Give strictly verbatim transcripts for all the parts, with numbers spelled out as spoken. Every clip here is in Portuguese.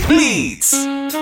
Blitz.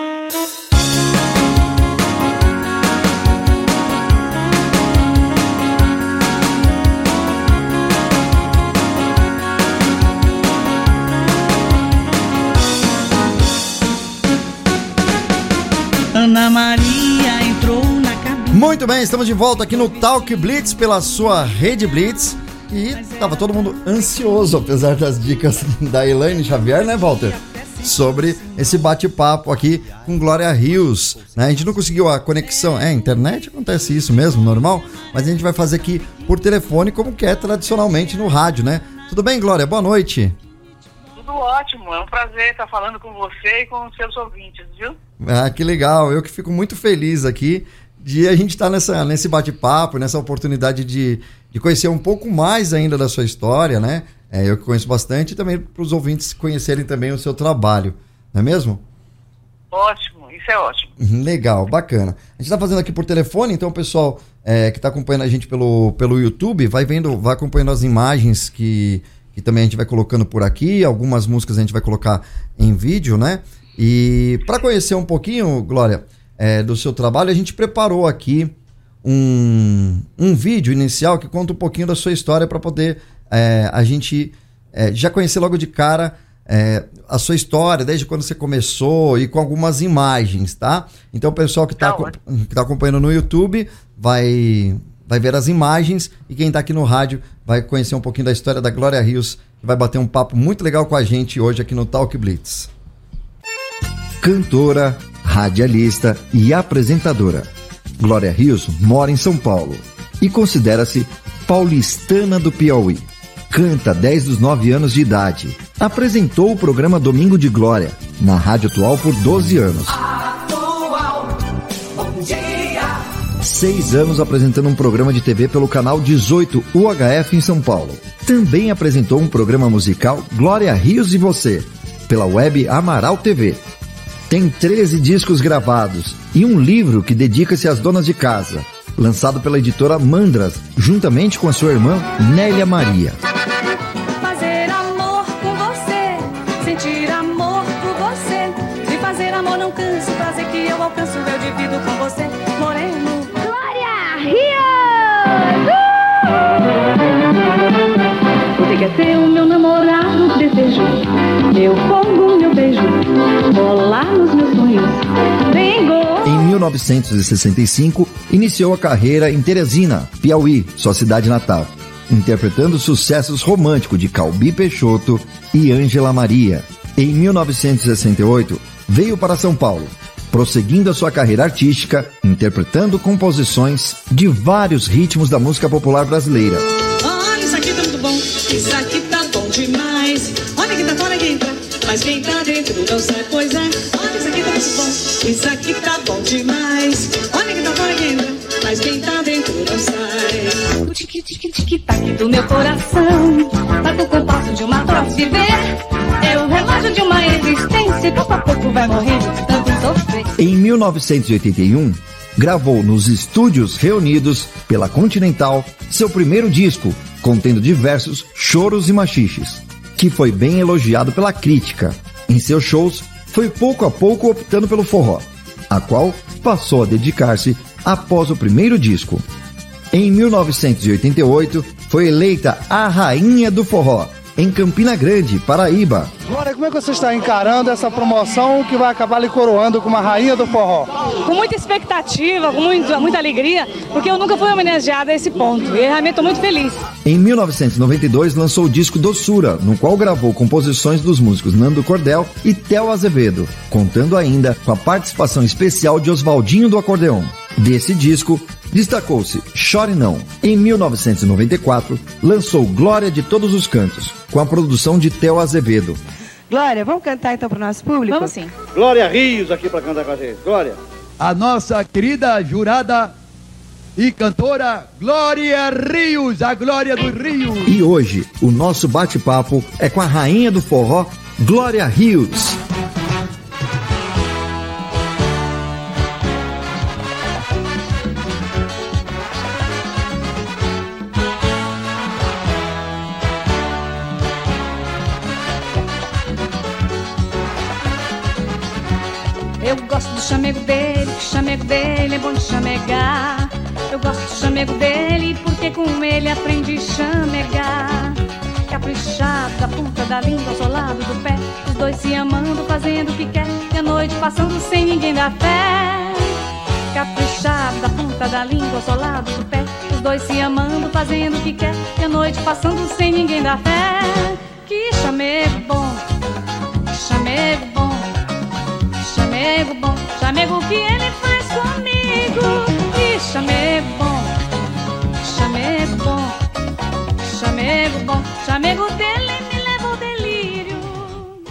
Ana Maria entrou na cabine. Muito bem, estamos de volta aqui no Talk Blitz pela sua Rede Blitz. E tava todo mundo ansioso, apesar das dicas da Elaine Xavier, né, Walter? Sobre esse bate-papo aqui com Glória Rios, né? A gente não conseguiu a conexão, é, internet acontece isso mesmo, normal, mas a gente vai fazer aqui por telefone, como que é tradicionalmente no rádio, né? Tudo bem, Glória? Boa noite. Tudo ótimo, é um prazer estar falando com você e com os seus ouvintes, viu? Ah, que legal, eu que fico muito feliz aqui de a gente estar nessa, nesse bate-papo, nessa oportunidade de, de conhecer um pouco mais ainda da sua história, né? É, eu que conheço bastante, e também para os ouvintes conhecerem também o seu trabalho, não é mesmo? Ótimo, isso é ótimo. Legal, bacana. A gente está fazendo aqui por telefone, então o pessoal é, que está acompanhando a gente pelo, pelo YouTube vai vendo, vai acompanhando as imagens que, que também a gente vai colocando por aqui, algumas músicas a gente vai colocar em vídeo, né? E para conhecer um pouquinho, Glória, é, do seu trabalho, a gente preparou aqui um, um vídeo inicial que conta um pouquinho da sua história para poder é, a gente é, já conhecer logo de cara é, a sua história, desde quando você começou e com algumas imagens, tá? Então o pessoal que está Tá que tá acompanhando no YouTube vai, vai ver as imagens e quem está aqui no rádio vai conhecer um pouquinho da história da Glória Rios e vai bater um papo muito legal com a gente hoje aqui no Talk Blitz. Cantora, radialista e apresentadora. Glória Rios mora em São Paulo e considera-se paulistana do Piauí. Canta desde os nove anos de idade. Apresentou o programa Domingo de Glória, na Rádio Atual por doze anos. Atual, bom dia. Seis anos apresentando um programa de T V pelo canal dezoito U H F em São Paulo. Também apresentou um programa musical Glória Rios e Você, pela web Amaral T V. Tem treze discos gravados e um livro que dedica-se às donas de casa, lançado pela editora Mandras, juntamente com a sua irmã Nélia Maria. Fazer amor com você, sentir amor por você, e fazer amor não cansa, o prazer que eu alcanço eu divido com você, moreno. Glória Rios! Uh! Você quer ser o meu namorado, desejo, meu fogo, meu beijo, rolar nos meus sonhos, vengo. Em mil novecentos e sessenta e cinco, iniciou a carreira em Teresina, Piauí, sua cidade natal, interpretando sucessos românticos de Calbi Peixoto e Ângela Maria. Em mil novecentos e sessenta e oito, veio para São Paulo, prosseguindo a sua carreira artística, interpretando composições de vários ritmos da música popular brasileira. Olha, isso aqui tá muito bom, isso aqui tá bom demais. Olha quem tá fora, quem entra, mas quem tá dentro não sai, pois é. Olha, isso aqui tá muito bom, isso aqui tá bom demais. Olha quem tá fora, quem entra, mas quem tá dentro não sai. O tique-tique-tique-tac do meu coração vai pro compasso de uma troça de ver. É o relógio de uma existência que pouco a pouco vai morrendo de tanto sofrer. Em mil novecentos e oitenta e um, gravou nos Estúdios Reunidos pela Continental seu primeiro disco, contendo diversos choros e machiches, que foi bem elogiado pela crítica. Em seus shows, foi pouco a pouco optando pelo forró, a qual passou a dedicar-se após o primeiro disco. Em mil novecentos e oitenta e oito, foi eleita a Rainha do Forró, em Campina Grande, Paraíba. Glória, como é que você está encarando essa promoção que vai acabar lhe coroando como a Rainha do Forró? Com muita expectativa, com muito, muita alegria, porque eu nunca fui homenageada a esse ponto, e eu realmente estou muito feliz. Em mil novecentos e noventa e dois, lançou o disco Doçura, no qual gravou composições dos músicos Nando Cordel e Theo Azevedo, contando ainda com a participação especial de Oswaldinho do Acordeon. Desse disco, destacou-se Chore Não. Em mil novecentos e noventa e quatro, lançou Glória de Todos os Cantos, com a produção de Theo Azevedo. Glória, vamos cantar então para o nosso público? Vamos sim. Glória Rios aqui para cantar com a gente. Glória. A nossa querida jurada e cantora Glória Rios, a Glória do Rio. E hoje, o nosso bate-papo é com a Rainha do Forró, Glória Rios. Eu gosto do chamego dele, que chamego dele é bom de chamegar. Eu gosto do chamego dele porque com ele aprendi a chamegar. Caprichado da ponta da língua ao solado do pé, os dois se amando, fazendo o que quer, e a noite passando sem ninguém dar fé. Caprichado da ponta da língua ao solado do pé, os dois se amando, fazendo o que quer, e a noite passando sem ninguém dar fé. Que chamego bom, que chamego bom, que chamego bom, chamego que ele faz comigo. Que chamego bom, que chamego bom, chamego bom, chamego dele me leva ao delírio.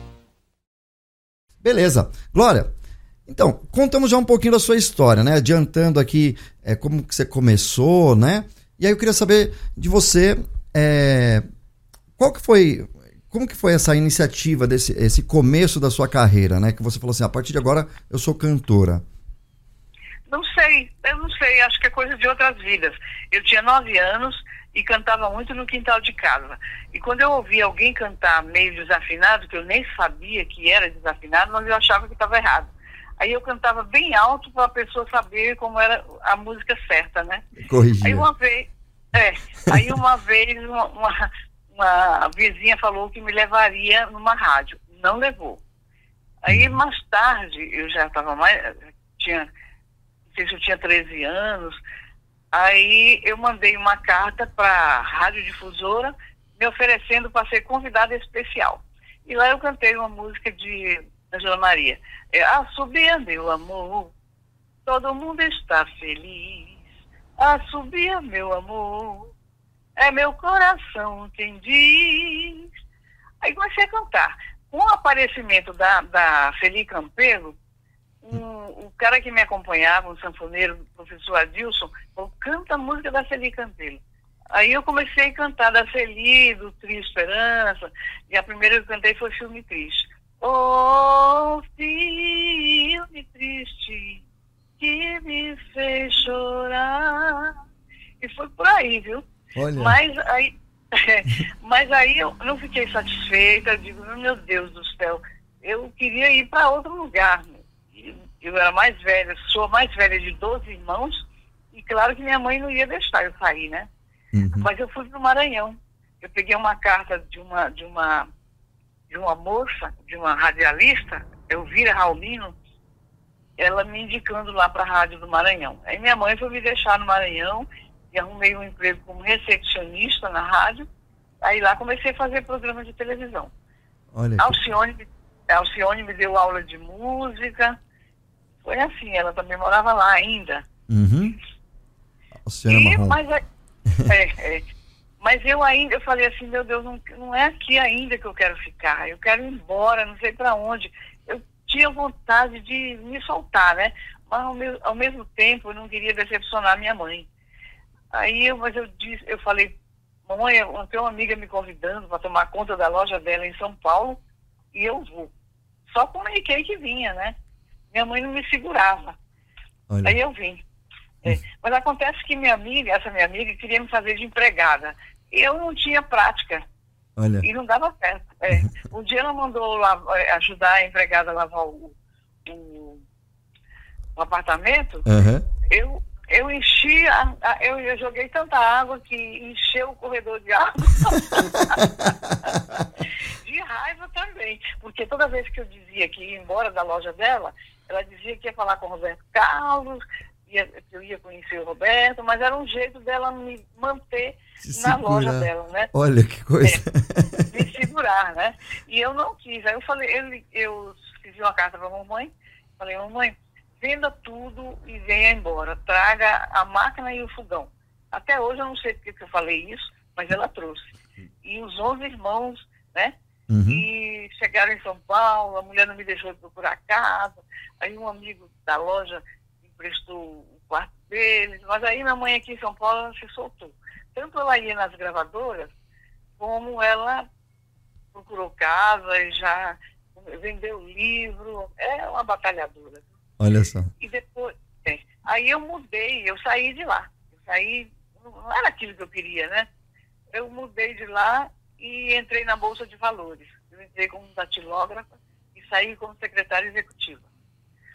Beleza. Glória, então, contamos já um pouquinho da sua história, né? Adiantando aqui é, como que você começou, né? E aí eu queria saber de você, é, qual que foi, como que foi essa iniciativa, desse esse começo da sua carreira, né? Que você falou assim, a partir de agora eu sou cantora. Não sei, eu não sei, acho que é coisa de outras vidas. Eu tinha nove anos e cantava muito no quintal de casa. E quando eu ouvia alguém cantar meio desafinado, que eu nem sabia que era desafinado, mas eu achava que estava errado. Aí eu cantava bem alto para a pessoa saber como era a música certa, né? Corrigia. Aí uma vez, é, aí uma vez uma, uma, uma vizinha falou que me levaria numa rádio. Não levou. Aí mais tarde, eu já estava mais, tinha, não sei se eu tinha treze anos, aí eu mandei uma carta para a radiodifusora me oferecendo para ser convidada especial. E lá eu cantei uma música de Angela Maria. É, assobia, meu amor, todo mundo está feliz. Assobia, meu amor, é meu coração quem diz. Aí comecei a cantar. Com o aparecimento da, da Feli Campelo, um, o cara que me acompanhava, um sanfoneiro, o professor Adilson, falou, canta a música da Feli Campelo. Aí eu comecei a cantar da Feli, do Trio Esperança, e a primeira que eu cantei foi Filme Triste. Oh, filme triste que me fez chorar. E foi por aí, viu? Olha. Mas aí, mas aí eu não fiquei satisfeita. Eu digo, meu Deus do céu, eu queria ir para outro lugar. Eu era mais velha, sou a mais velha de doze irmãos, e claro que minha mãe não ia deixar eu sair, né? Uhum. Mas eu fui para o Maranhão. Eu peguei uma carta de uma... De uma de uma moça, de uma radialista, Elvira Raulino, ela me indicando lá para a Rádio do Maranhão. Aí minha mãe foi me deixar no Maranhão e arrumei um emprego como recepcionista na rádio. Aí lá comecei a fazer programa de televisão. Olha a Alcione, a Alcione me deu aula de música. Foi assim, ela também morava lá ainda. Uhum. Alcione e, mas, é, é, Mas eu ainda, eu falei assim, meu Deus, não, não é aqui ainda que eu quero ficar, eu quero ir embora, não sei para onde. Eu tinha vontade de me soltar, né? Mas ao, meu, ao mesmo tempo eu não queria decepcionar minha mãe. Aí eu, mas eu disse, eu falei, mamãe, eu tenho uma amiga me convidando para tomar conta da loja dela em São Paulo e eu vou. Só comuniquei que vinha, né? Minha mãe não me segurava. Olha. Aí eu vim. É. Mas acontece que minha amiga, essa minha amiga, queria me fazer de empregada. E eu não tinha prática. Olha. E não dava certo. É. Um dia ela mandou lavar, ajudar a empregada a lavar o, o, o apartamento. Uhum. Eu, eu enchi, a, a, eu, eu joguei tanta água que encheu o corredor de água. De raiva também. Porque toda vez que eu dizia que ia embora da loja dela, ela dizia que ia falar com o Roberto Carlos, ia, que eu ia conhecer o Roberto, mas era um jeito dela me manter Se na segurar. loja dela, né? Olha que coisa. É, me segurar, né? E eu não quis. Aí eu falei, eu, eu escrevi uma carta para a mamãe, falei, mamãe, venda tudo e venha embora. Traga a máquina e o fogão. Até hoje eu não sei porque que eu falei isso, mas ela trouxe. E os onze irmãos, né? Uhum. E chegaram em São Paulo, a mulher não me deixou procurar casa. Aí um amigo da loja emprestou o quarto deles. Mas aí minha mãe aqui em São Paulo ela se soltou. Tanto ela ia nas gravadoras, como ela procurou casa e já vendeu livro. É uma batalhadora. Olha só. E depois, é, aí eu mudei, eu saí de lá. Eu saí, não era aquilo que eu queria, né? Eu mudei de lá e entrei na Bolsa de Valores. Eu entrei como datilógrafa e saí como secretária executiva.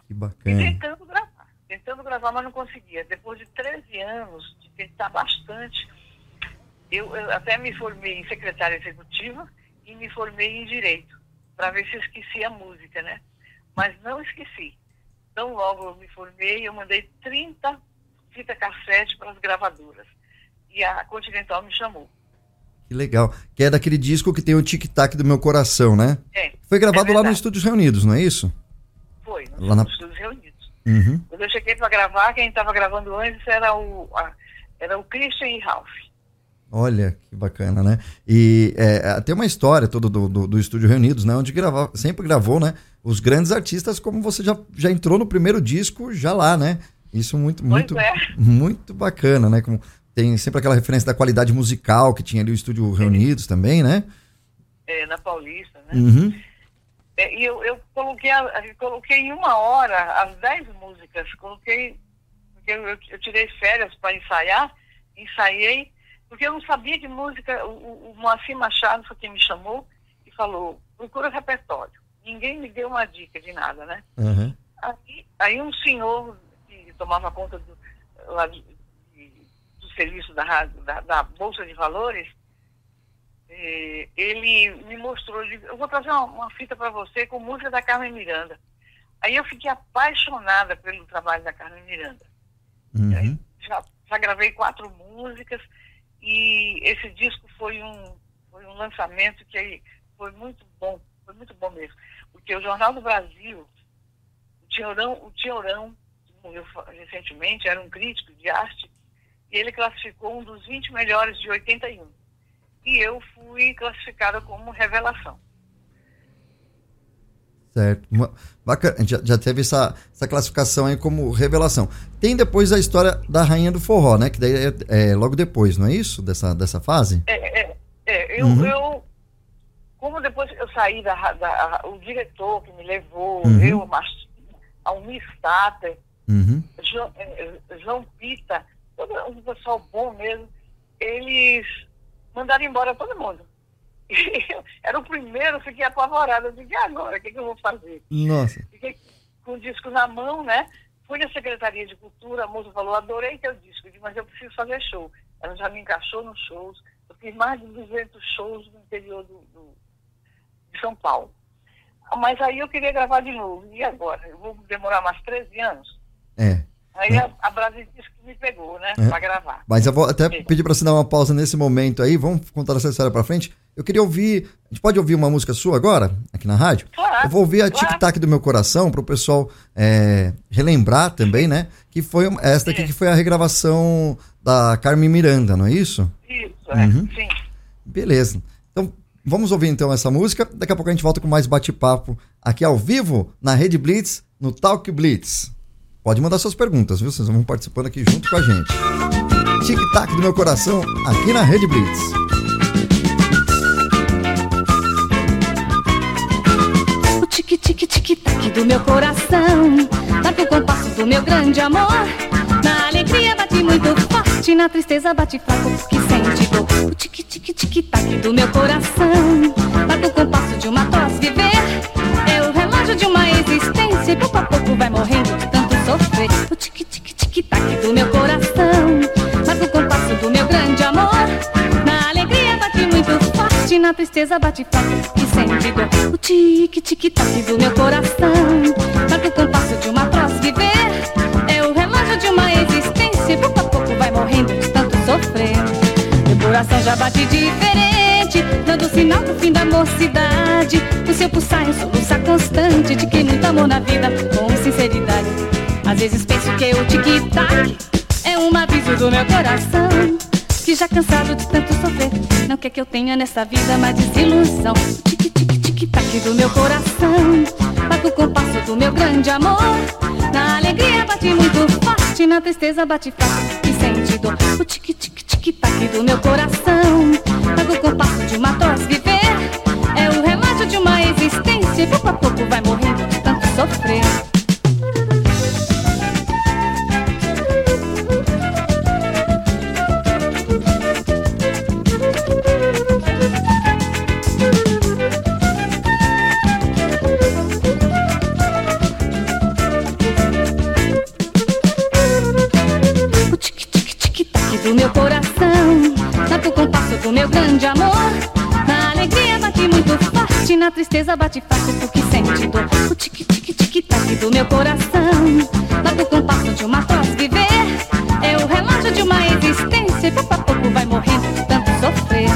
Que E bacana. tentando gravar, tentando gravar, mas não conseguia. Depois de treze anos, de tentar bastante, eu, eu até me formei em secretária executiva e me formei em direito, para ver se eu esqueci a música, né? Mas não esqueci. Então, logo eu me formei, eu mandei trinta fita cassete para as gravadoras. E a Continental me chamou. Que legal. Que é daquele disco que tem o tic-tac do meu coração, né? É. Foi gravado é lá no Estúdios Reunidos, não é isso? Foi, nos Lá na... Estúdios Reunidos. Uhum. Quando eu cheguei para gravar, quem estava gravando antes era o, a, era o Christian e Ralph. Olha, que bacana, né? E é, tem uma história toda do, do, do Estúdio Reunidos, né? Onde gravava, sempre gravou, né? Os grandes artistas, como você já, já entrou no primeiro disco, já lá, né? Isso muito, muito, é. muito bacana, né? Como tem sempre aquela referência da qualidade musical que tinha ali o Estúdio Reunidos também, né? É, na Paulista, né? Uhum. É, e eu, eu coloquei, a, eu coloquei em uma hora as dez músicas. Coloquei, porque eu, eu, eu tirei férias para ensaiar, ensaiei, porque eu não sabia de música. O, o, o Moacir Machado foi quem me chamou e falou, procura repertório. Ninguém me deu uma dica de nada, né? Uhum. Aí, aí um senhor que tomava conta do, lá de, de, do serviço da, rádio, da, da Bolsa de Valores, eh, ele me mostrou, ele, eu vou trazer uma, uma fita para você com música da Carmen Miranda. Aí eu fiquei apaixonada pelo trabalho da Carmen Miranda. Uhum. Já, já gravei quatro músicas e esse disco foi um, foi um lançamento que foi muito bom, foi muito bom mesmo. Porque o Jornal do Brasil, o Tiorão, o Tiorão, que morreu recentemente, era um crítico de arte, e ele classificou um dos vinte melhores de oitenta e um. E eu fui classificada como revelação. Certo. Bacana. A gente já, já teve essa, essa classificação aí como revelação. Tem depois a história da Rainha do Forró, né? Que daí é, é logo depois, não é isso? Dessa, dessa fase? É, é, é eu, uhum. eu, como depois eu saí da, da o diretor que me levou, uhum. eu, a Almir Stater, uhum. João, João Pita, todo um pessoal bom mesmo, eles mandaram embora todo mundo. Eu, era o primeiro, fiquei apavorada. Eu disse, e agora? O que, que eu vou fazer? Nossa. Fiquei com o disco na mão, né? Fui na Secretaria de Cultura, a moça falou, adorei teu disco. Eu disse, mas eu preciso fazer show. Ela já me encaixou nos shows. Eu fiz mais de duzentos shows no interior do, do, de São Paulo. Mas aí eu queria gravar de novo. E agora? Eu vou demorar mais treze anos? É. Aí é. a, a Brasil disse que me pegou, né? É. Pra gravar. Mas eu vou até é. pedir pra você dar uma pausa nesse momento aí. Vamos contar essa história pra frente. Eu queria ouvir... A gente pode ouvir uma música sua agora? Aqui na rádio? Claro. Eu vou ouvir a claro. Tic-Tac do Meu Coração pro pessoal é, relembrar também, né? Que foi esta aqui é. que foi a regravação da Carmen Miranda, não é isso? Isso, uhum. é. Sim. Beleza. Então, vamos ouvir então essa música. Daqui a pouco a gente volta com mais bate-papo aqui ao vivo na Rede Blitz, no Talk Blitz. Pode mandar suas perguntas, viu? Vocês vão participando aqui junto com a gente. Tic-Tac do Meu Coração, aqui na Rede Blitz. O tic-tic-tic-tac do meu coração bate o compasso do meu grande amor. Na alegria bate muito forte, na tristeza bate fraco que sente dor. O tic-tic-tic-tac do meu coração bate o compasso de uma tosse viver. É o relógio de uma existência e pouco a pouco vai morrendo de tanto sofrer. O tic-tic-tic-tac do meu coração bate o compasso do meu grande amor. Na alegria bate muito forte, na tristeza bate fraco que sente dor. O tic-tic-tac do meu coração bate o compasso de uma atroz viver. É o relógio de uma existência e pouco a pouco vai morrendo de tanto sofrer. Meu coração já bate diferente, dando sinal do fim da mocidade. O seu pulsar é um soluçar constante de quem muito amou na vida com sinceridade. Às vezes penso que o tic-tac é um aviso do meu coração, que já cansado de tanto sofrer, não quer que eu tenha nessa vida mais desilusão. Tic-tic-tic-tac do meu coração bate o compasso do meu grande amor. Na alegria bate muito forte, na tristeza bate fraco e sente dor. O tic-tic-tic-tac do meu coração bate o compasso de uma tosse viver. É o relógio de uma existência e pouco a pouco vai morrendo de tanto sofrer. do meu grande amor. Na alegria bate muito forte, na tristeza bate fácil porque sente dor. O tic-tic-tic-tac do meu coração bate o compasso de uma atroz viver. É o relógio de uma existência e pouco a pouco vai morrendo de tanto sofrer.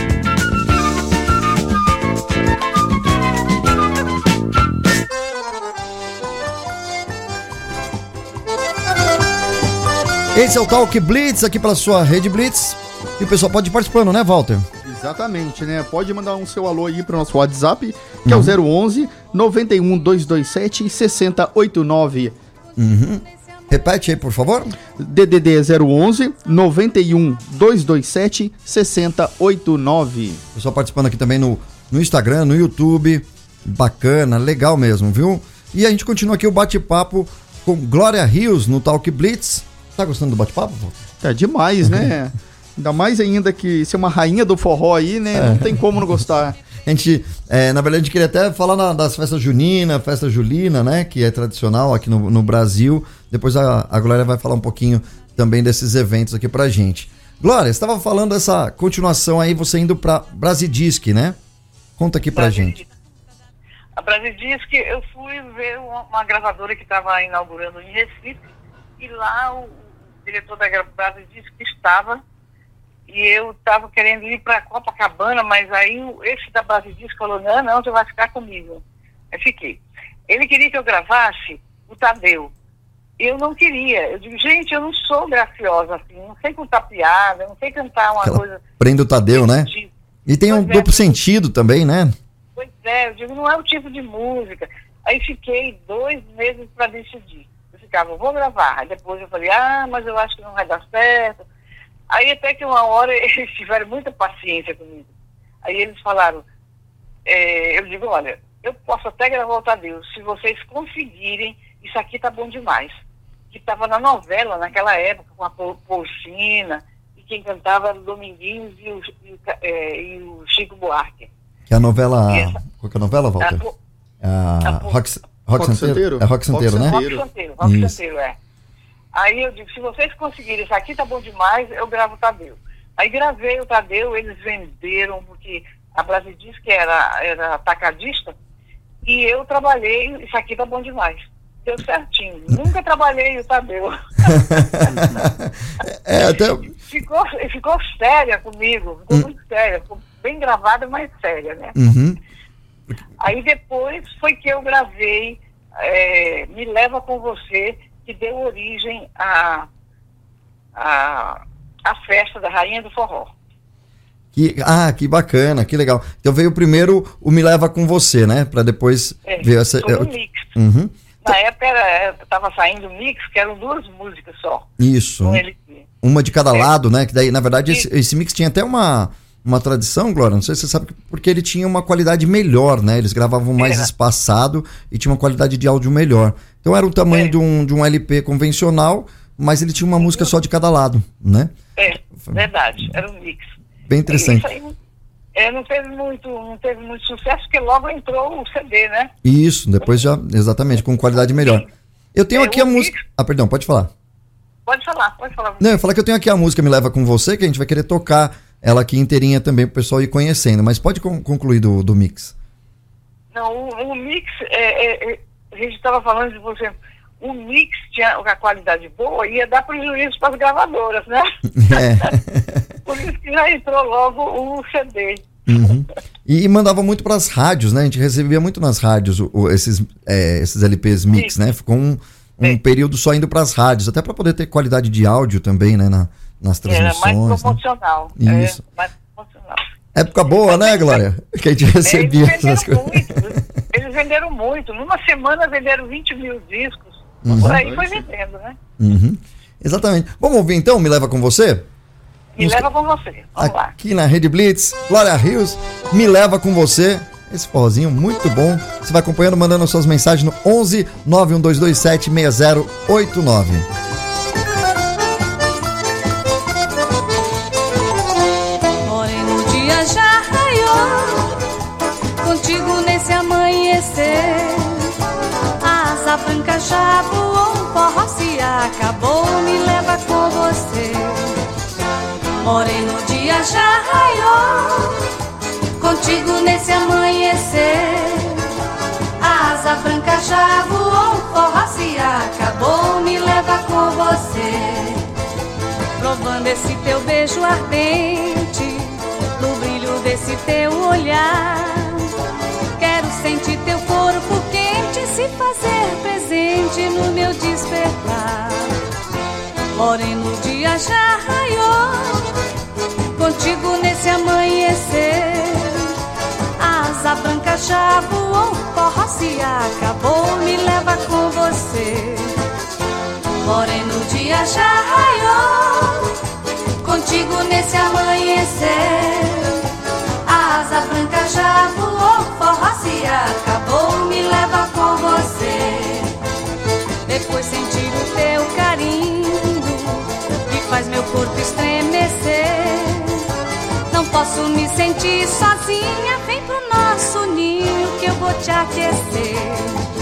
Esse é o Talk Blitz, aqui pela sua Rede Blitz. E o pessoal pode ir participando, né, Walter? Exatamente, né? Pode mandar um seu alô aí pro nosso WhatsApp, que uhum. é o zero onze, nove um, dois dois sete, seis zero oito nove. Uhum. Repete aí, por favor. D D D zero onze, nove um, dois dois sete, seis zero oito nove. O pessoal participando aqui também no, no Instagram, no YouTube. Bacana, legal mesmo, viu? E a gente continua aqui o bate-papo com Glória Rios no Talk Blitz. Tá gostando do bate-papo? É demais, né? Ainda mais ainda que ser uma rainha do forró aí, né? É. Não tem como não gostar. A gente, é, na verdade, a gente queria até falar na, das festas juninas, festa julina, né? Que é tradicional aqui no, no Brasil. Depois a, a Glória vai falar um pouquinho também desses eventos aqui pra gente. Glória, você estava falando dessa continuação aí, você indo pra Brasidisc, né? Conta aqui pra Brasil, gente. A Brasidisc, eu fui ver uma, uma gravadora que estava inaugurando em Recife. E lá o diretor da Brasidisc estava, e eu estava querendo ir para Copacabana, mas aí esse da Brasidisc falou, não, não, você vai ficar comigo. Eu fiquei. Ele queria que eu gravasse o Tadeu. Eu não queria. Eu digo, gente, eu não sou graciosa assim, não sei contar piada, não sei cantar uma Aquela coisa... Prende o Tadeu, né? E tem um pois duplo é, sentido também, né? Pois é, eu digo, não é o tipo de música. Aí fiquei dois meses para decidir. Ficava, vou gravar. Aí depois eu falei, ah, mas eu acho que não vai dar certo. Aí até que uma hora eles tiveram muita paciência comigo. Aí eles falaram, é, eu digo, olha, eu posso até gravar o Tadeu, se vocês conseguirem, isso aqui tá bom demais. Que estava na novela naquela época, com a Porcina, e quem cantava era o Dominguinhos e o, e o, é, e o Chico Buarque. Que é a novela... Essa, qual que é a novela, Walter? A, a, a Rock... Rock, Rock Santeiro? Santeiro? É Rock Santeiro, Rock né? Rock Santeiro, Rock Santeiro, é. Aí eu digo, se vocês conseguirem, isso aqui tá bom demais, eu gravo o Tadeu. Aí gravei o Tadeu, eles venderam, porque a Brasidisc era, era atacadista, e eu trabalhei, isso aqui tá bom demais. Deu certinho. Nunca trabalhei o Tadeu. é, até... ficou, ficou séria comigo, ficou hum. muito séria, ficou bem gravada, mas séria, né? Uhum. Aí depois foi que eu gravei é, Me Leva Com Você, que deu origem à a, a, a festa da Rainha do Forró. Que, ah, que bacana, que legal. Então veio primeiro o Me Leva Com Você, né? Pra depois é, ver essa... Foi um mix. Uhum. Na época era, tava saindo um mix, que eram duas músicas só. Isso. Um L P. Uma de cada é. lado, né? Que daí, na verdade, esse, esse mix tinha até uma... Uma tradição, Glória, não sei se você sabe, porque ele tinha uma qualidade melhor, né? Eles gravavam mais era. espaçado e tinha uma qualidade de áudio melhor. Então era o tamanho é. de, um, de um L P convencional, mas ele tinha uma música só de cada lado, né? É, verdade, era um mix. Bem interessante. Isso aí, é, não teve muito, não teve muito sucesso, porque logo entrou o C D, né? Isso, depois já, exatamente, com qualidade melhor. Eu tenho é, aqui a música... Mix... Ah, perdão, pode falar. Pode falar, pode falar. Não, eu ia falar que eu tenho aqui a música Me Leva Com Você, que a gente vai querer tocar ela aqui inteirinha também pro pessoal ir conhecendo, mas pode con- concluir do, do mix. Não, o, o mix, é, é, a gente estava falando de você, o mix tinha a qualidade boa, ia dar prejuízo para as gravadoras, né? É. Por isso que já entrou logo o C D. Uhum. E, e mandava muito para as rádios, né? A gente recebia muito nas rádios o, o, esses, é, esses L Ps mix, Sim. né? Ficou um, um é. período só indo para as rádios, até para poder ter qualidade de áudio também, né? Na, nas transmissões. Era mais promocional. Né? Isso. É, mais promocional. Época boa, né, Glória? Que a gente recebia eles essas coisas. Muito, eles venderam muito. Numa semana venderam vinte mil discos. Uhum. Por aí foi vendendo, né? Uhum. Exatamente. Vamos ouvir então, Me Leva Com Você? Me Música... Leva Com Você. Vamos lá. Aqui na Rede Blitz, Glória Rios, Me Leva Com Você. Esse forrozinho muito bom. Você vai acompanhando, mandando suas mensagens no onze, nove um dois dois sete, seis zero oito nove. Contigo nesse amanhecer, a asa branca já voou, o forró se acabou, me leva com você. Moreno, o dia já raiou, contigo nesse amanhecer. A asa branca já voou, o forró se acabou, me leva com você. Provando esse teu beijo ardente, no brilho desse teu olhar. Quero sentir teu corpo quente, se fazer presente no meu despertar. Moreno, o dia já raiou, contigo nesse amanhecer. A asa branca já voou, o forró se acabou, me leva com você. Moreno, o dia já raiou, contigo nesse amanhecer. A asa branca já voou, o forró se acabou, me leva com você. Depois sentir o teu carinho, que faz meu corpo estremecer. Não posso me sentir sozinha, vem pro nosso ninho que eu vou te aquecer.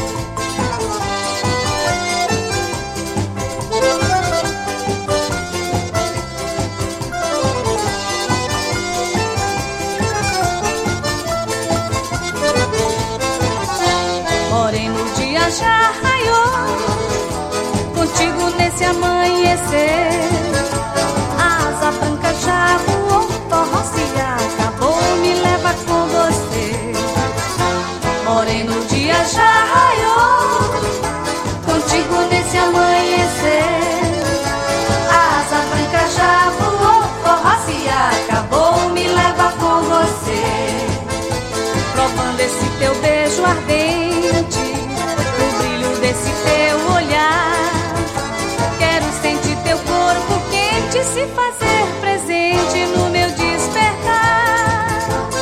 Moreno, o dia já raiou, contigo nesse amanhecer. A asa branca já voou, o forró se acabou, me leva com você. Moreno, o dia já raiou, contigo nesse amanhecer. A asa branca já voou, o forró se acabou, me leva com você. Provando esse teu beijo ardente, o brilho desse teu olhar. Quero sentir teu corpo quente, se fazer presente no meu despertar.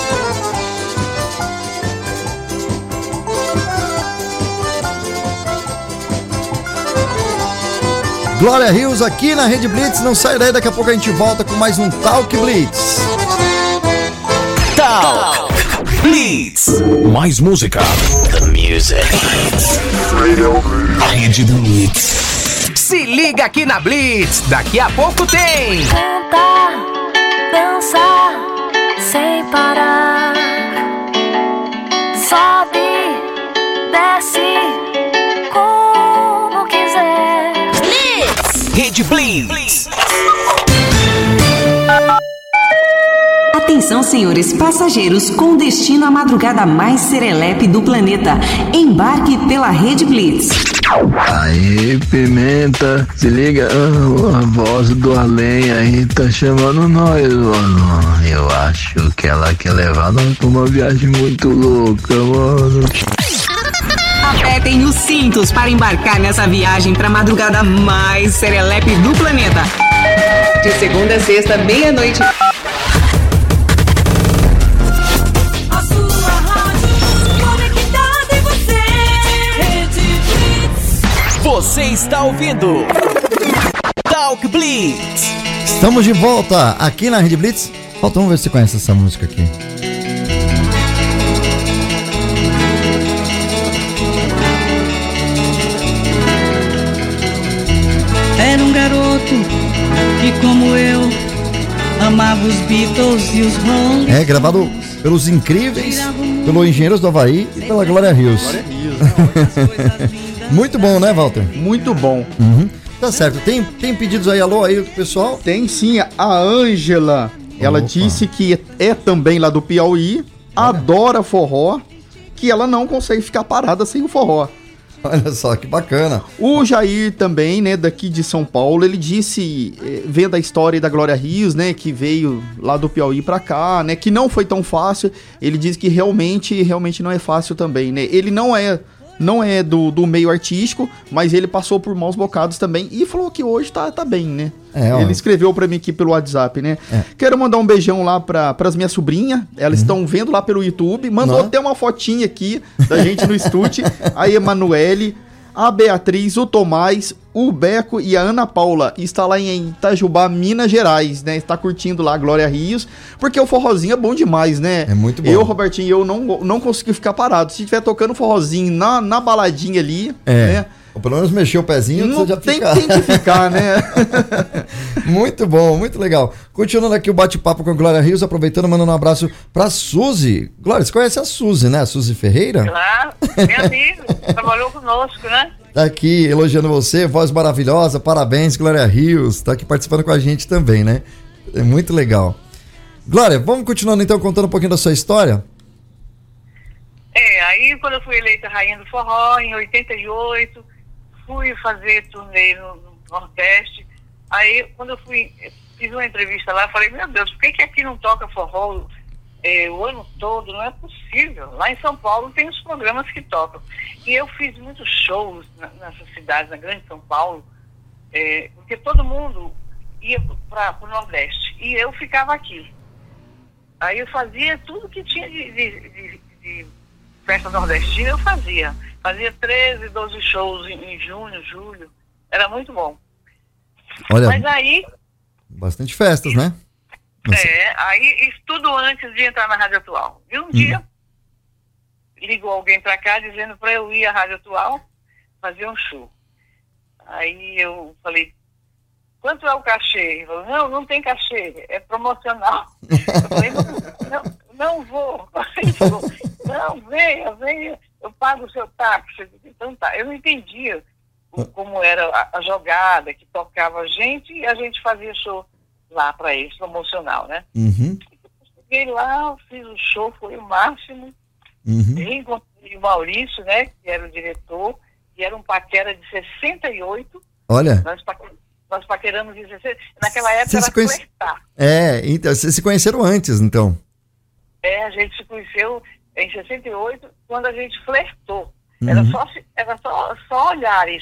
Glória Rios aqui na Rede Blitz, não sai daí, daqui a pouco a gente volta com mais um Talk Blitz. Talk Blitz. Mais música. The music. Rede Blitz. Se liga aqui na Blitz, daqui a pouco tem Cantar, dançar, sem parar. Sobe, desce, como quiser. Blitz. Rede Blitz. Atenção, senhores passageiros, com destino à madrugada mais serelepe do planeta. Embarque pela Rede Blitz. Aí, Pimenta, se liga, a voz do além aí tá chamando nós, mano. Eu acho que ela quer levar nós pra uma viagem muito louca, mano. Apertem os cintos para embarcar nessa viagem pra madrugada mais serelepe do planeta. De segunda a sexta, meia-noite. Você está ouvindo Talk Blitz. Estamos de volta aqui na Rede Blitz. Falta, vamos ver se você conhece essa música aqui. Era um garoto que, como eu, amava os Beatles e os Rolling. É gravado pelos Incríveis, pelo Engenheiros do Havaí e pela Glória Rios. Glória Rios. Muito bom, né, Walter? Muito bom. Uhum. Tá certo. Tem, tem pedidos aí, alô, aí do pessoal? Tem sim, a Ângela. Ela Opa. disse que é também lá do Piauí, Olha. adora forró, que ela não consegue ficar parada sem o forró. Olha só, que bacana. O Jair também, né, daqui de São Paulo, ele disse, vendo a história da Glória Rios, né, que veio lá do Piauí pra cá, né, que não foi tão fácil. Ele disse que realmente, realmente não é fácil também, né. Ele não é... Não é do, do meio artístico, mas ele passou por maus bocados também e falou que hoje tá, tá bem, né? É, ele escreveu pra mim aqui pelo WhatsApp, né? É. Quero mandar um beijão lá pra, pras minhas sobrinhas. Elas estão uhum. vendo lá pelo YouTube. Mandou Não. até uma fotinha aqui da gente no estúdio. A Emanuele, a Beatriz, o Tomás, o Beco e a Ana Paula. Está lá em Itajubá, Minas Gerais, né? Está curtindo lá a Glória Rios, porque o forrozinho é bom demais, né? É muito bom. Eu, Robertinho, eu não, não consegui ficar parado. Se estiver tocando forrozinho na, na baladinha ali, é. né? Ou pelo menos mexer o pezinho, Não, você já tem, fica... tem que ficar, né? Muito bom, muito legal. Continuando aqui o bate-papo com a Glória Rios, aproveitando, mandando um abraço pra Suzy. Glória, você conhece a Suzy, né? A Suzy Ferreira? Claro, minha amiga, trabalhou conosco, né? Tá aqui elogiando você, voz maravilhosa, parabéns, Glória Rios. Tá aqui participando com a gente também, né? É muito legal. Glória, vamos continuando então contando um pouquinho da sua história? É, aí quando eu fui eleita Rainha do Forró, em oitenta e oito, fui fazer turnê no, no Nordeste. Aí quando eu fui, fiz uma entrevista lá, falei, meu Deus, por que que aqui não toca forró é, o ano todo? Não é possível. Lá em São Paulo tem os programas que tocam. E eu fiz muitos shows na, nessas cidades, na Grande São Paulo, é, porque todo mundo ia para o Nordeste. E eu ficava aqui. Aí eu fazia tudo que tinha de, de, de, de festa nordestina, eu fazia. Fazia treze, doze shows em, em junho, julho. Era muito bom. Olha, mas aí... Bastante festas, isso, né? É, aí isso tudo antes de entrar na Rádio Atual. E um hum. dia, ligou alguém pra cá dizendo pra eu ir à Rádio Atual fazer um show. Aí eu falei, quanto é o cachê? Ele falou, não, não tem cachê, é promocional. Eu falei, não, não, não vou. Ele falou, não, venha, venha, eu pago o seu táxi. Então tá, eu não entendia como era a, a jogada, que tocava a gente e a gente fazia show lá para eles, promocional, né? Uhum. Eu cheguei lá, fiz o show, foi o máximo. Uhum. Reencontrei o Maurício, né, que era o diretor, e era um paquera de sessenta e oito. Olha. Nós, paque, nós paqueramos de sessenta. Naquela época Cê era conhece... flertar. É, então, vocês se conheceram antes, então? É, a gente se conheceu em sessenta e oito, quando a gente flertou. Uhum. Era, só, era só, só olhares.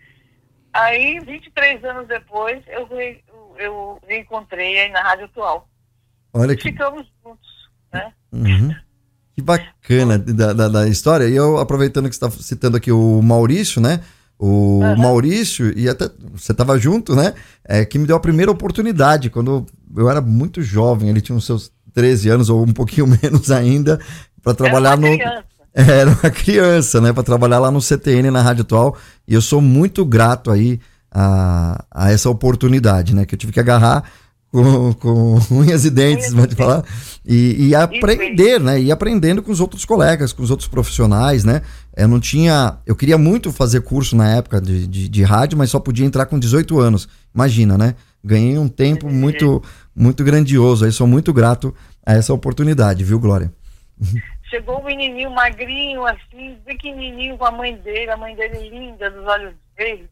Aí, vinte e três anos depois, eu, re, eu reencontrei aí na Rádio Atual. Olha que... Ficamos juntos, né? Uhum. Que bacana da, da, da história. E eu, aproveitando que você está citando aqui o Maurício, né? O uhum. Maurício, e até você estava junto, né? É, que me deu a primeira oportunidade, quando eu era muito jovem, ele tinha uns seus treze anos, ou um pouquinho menos ainda, para trabalhar no... Criança. Era uma criança, né, para trabalhar lá no C T N, na Rádio Atual, e eu sou muito grato aí a, a essa oportunidade, né, que eu tive que agarrar com, com unhas e dentes, pode falar, e, e aprender, né, e aprendendo com os outros colegas, com os outros profissionais, né, eu não tinha, eu queria muito fazer curso na época de, de, de rádio, mas só podia entrar com dezoito anos, imagina, né, ganhei um tempo muito, muito grandioso, aí sou muito grato a essa oportunidade, viu, Glória? Chegou um menininho magrinho, assim, pequenininho, com a mãe dele, a mãe dele linda, dos olhos verdes,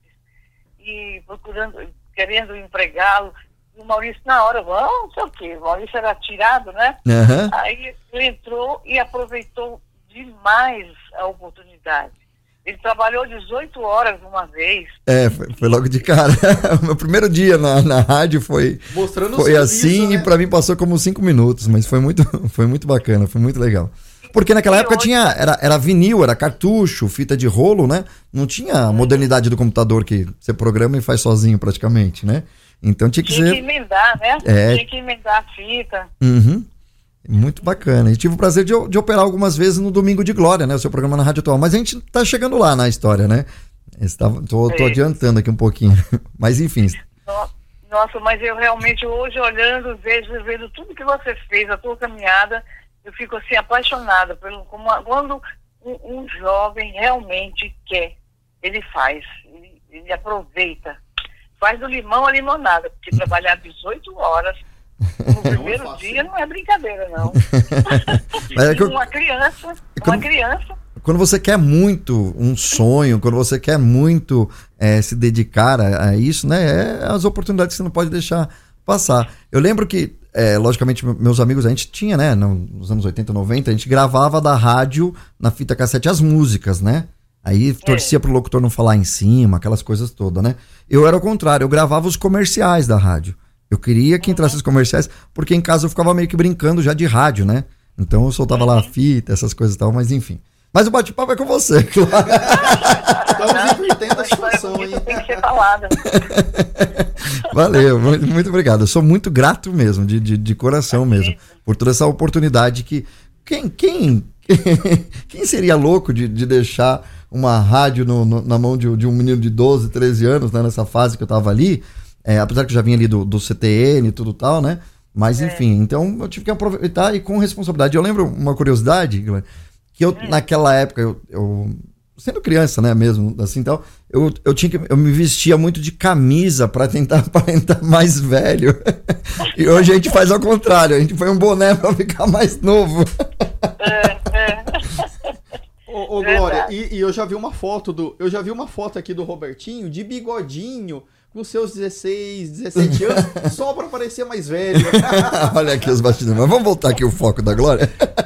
e procurando, querendo empregá-lo. E o Maurício, na hora, vamos, não sei o quê, o Maurício era tirado, né? Uhum. Aí ele entrou e aproveitou demais a oportunidade. Ele trabalhou dezoito horas uma vez. É, foi, foi logo de cara. O meu primeiro dia na, na rádio foi, Mostrando foi o assim, serviço, né? E pra mim passou como cinco minutos, mas foi muito, foi muito bacana, foi muito legal. Porque naquela e época hoje... tinha, era, era vinil, era cartucho, fita de rolo, né? Não tinha a modernidade do computador que você programa e faz sozinho praticamente, né? Então tinha que tinha ser... Tinha que emendar, né? É... Tinha que emendar a fita. Uhum. Muito bacana. E tive o prazer de, de operar algumas vezes no Domingo de Glória, né? O seu programa na Rádio Atual. Mas a gente tá chegando lá na história, né? Estava, tô, tô adiantando aqui um pouquinho. Mas enfim. Nossa, mas eu realmente hoje olhando, vejo, vendo tudo que você fez, a tua caminhada, eu fico assim apaixonada pelo como a, quando um, um jovem realmente quer, ele faz, ele, ele aproveita, faz do limão a limonada, porque trabalhar dezoito horas no primeiro não é dia não é brincadeira, não. É que eu, uma criança, uma quando, criança. Quando você quer muito um sonho, quando você quer muito é, se dedicar a, a isso, né? É as oportunidades que você não pode deixar passar. Eu lembro que, é, logicamente, meus amigos, a gente tinha, né? Nos anos oitenta, noventa, a gente gravava da rádio na fita cassete as músicas, né? Aí torcia é. pro locutor não falar em cima, aquelas coisas todas, né? Eu era o contrário, eu gravava os comerciais da rádio. Eu queria que entrasse os comerciais, porque em casa eu ficava meio que brincando já de rádio, né? Então eu soltava lá a fita, essas coisas e tal, mas enfim. Mas o bate-papo é com você, claro. Estamos invertendo a situação aí. Tem que ser falada. Valeu, muito, muito obrigado. Eu sou muito grato mesmo, de, de, de coração mesmo, por toda essa oportunidade que... Quem, quem, quem seria louco de, de deixar uma rádio no, no, na mão de, de um menino de doze, treze anos, né? Nessa fase que eu tava ali. É, apesar que eu já vinha ali do, do C T N e tudo tal, né? Mas é. enfim, então eu tive que aproveitar e com responsabilidade. Eu lembro uma curiosidade, que eu, é. naquela época, eu, eu sendo criança, né, mesmo, assim, então, eu, eu tinha que, eu me vestia muito de camisa pra tentar aparentar mais velho. E hoje a gente faz ao contrário, a gente põe um boné pra ficar mais novo. É, é. Ô, ô Glória, e, e eu já vi uma foto do, eu já vi uma foto aqui do Robertinho de bigodinho, com seus dezesseis, dezessete anos, só pra parecer mais velho. Olha aqui os bastidores. Mas vamos voltar aqui o foco da Glória.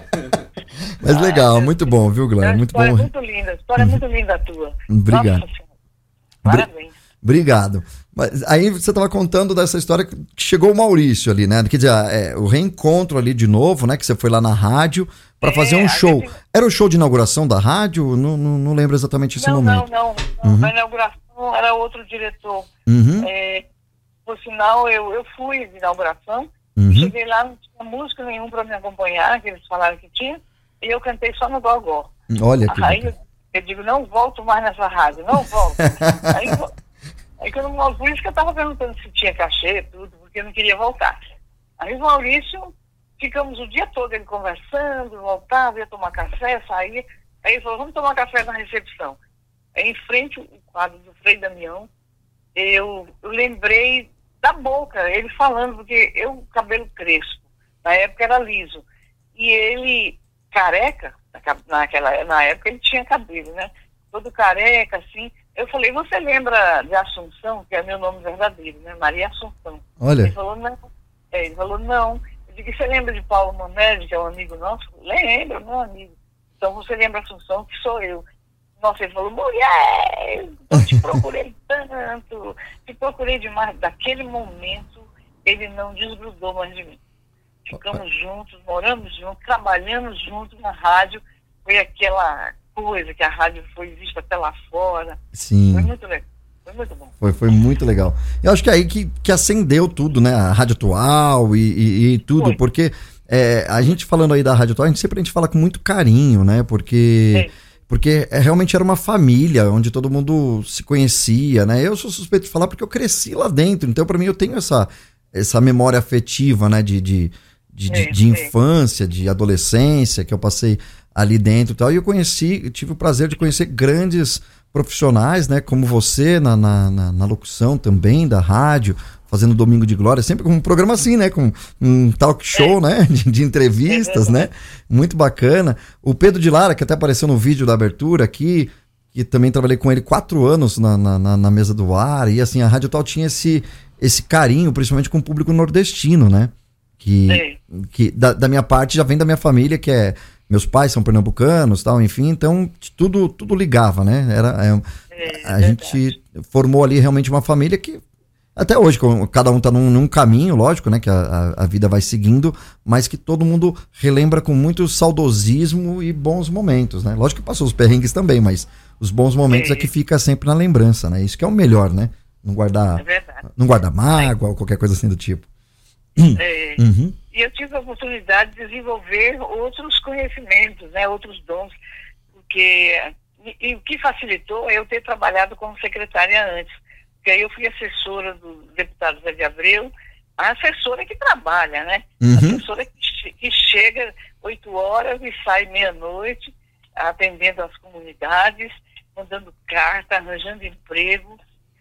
Mas legal, muito bom, viu, Glória? Muito bom. História muito linda, história muito linda a tua. Obrigado. Nossa, parabéns. Obrigado. Mas aí você estava contando dessa história que chegou o Maurício ali, né? Quer dizer, é, o reencontro ali de novo, né? Que você foi lá na rádio para é, fazer um show. Gente... Era o show de inauguração da rádio? Não, não, não lembro exatamente esse não, momento. Não, não, não. Uhum. A inauguração era outro diretor. Uhum. É, por sinal, eu, eu fui de inauguração, uhum. cheguei lá, não tinha música nenhuma para me acompanhar, que eles falaram que tinha, e eu cantei só no gogó. Olha que Aí eu, eu digo, não volto mais nessa rádio, não volto. aí, aí quando, por isso que eu estava perguntando se tinha cachê, tudo, porque eu não queria voltar. Aí o Maurício, ficamos o dia todo ele conversando, voltava, ia tomar café, saía. Aí ele falou, vamos tomar café na recepção. Aí, em frente ao quadro do Frei Damião, eu, eu lembrei da boca, ele falando, porque eu, cabelo crespo, na época era liso, e ele, careca, naquela, na época ele tinha cabelo, né? Todo careca, assim. Eu falei, você lembra de Assunção, que é meu nome verdadeiro, né? Maria Assunção. Olha. Ele falou, não. É, ele falou, não. Eu disse, você lembra de Paulo Manelli, que é um amigo nosso? Lembro, meu amigo. Então você lembra Assunção, que sou eu. Nossa, ele falou, mulher, eu te procurei tanto, te procurei demais. Daquele momento, ele não desgrudou mais de mim. Ficamos juntos, moramos juntos, trabalhamos juntos na rádio. Foi aquela coisa que a rádio foi vista até lá fora. Sim. Foi muito legal. Foi muito bom. Foi, foi muito legal. Eu acho que é aí que, que acendeu tudo, né? A rádio atual e, e, e tudo, foi. Porque é, a gente falando aí da rádio atual, a gente sempre a gente fala com muito carinho, né? Porque... Sim. Porque é, realmente era uma família onde todo mundo se conhecia, né? Eu sou suspeito de falar porque eu cresci lá dentro. Então, para mim, eu tenho essa, essa memória afetiva, né? De, de, de, de, de infância, de adolescência, que eu passei ali dentro e tal. E eu conheci, eu tive o prazer de conhecer grandes profissionais, né? Como você, na, na, na, na locução também da rádio, fazendo Domingo de Glória, sempre com um programa assim, né? Com um talk show, é. né? De, de entrevistas, é né? Muito bacana. O Pedro de Lara, que até apareceu no vídeo da abertura aqui, que também trabalhei com ele quatro anos na, na, na mesa do ar, e assim, a Rádio Tal tinha esse, esse carinho, principalmente com o público nordestino, né? Que, é. que da, da minha parte já vem da minha família, que é... Meus pais são pernambucanos, tal, enfim, então tudo, tudo ligava, né? Era, é, a é gente formou ali realmente uma família que até hoje, cada um tá num, num caminho, lógico, né? Que a, a vida vai seguindo, mas que todo mundo relembra com muito saudosismo e bons momentos, né? Lógico que passou os perrengues também, mas os bons momentos é, é que fica sempre na lembrança, né? Isso que é o melhor, né? Não guardar, é não guardar mágoa ou qualquer coisa assim do tipo. É, uhum. E eu tive a oportunidade de desenvolver outros conhecimentos, né? Outros dons, porque e, e o que facilitou é eu ter trabalhado como secretária antes. Porque aí eu fui assessora do deputado Zé de Abreu, a assessora que trabalha, né? Uhum. A assessora que, que chega oito horas e sai meia-noite, atendendo as comunidades, mandando carta, arranjando emprego,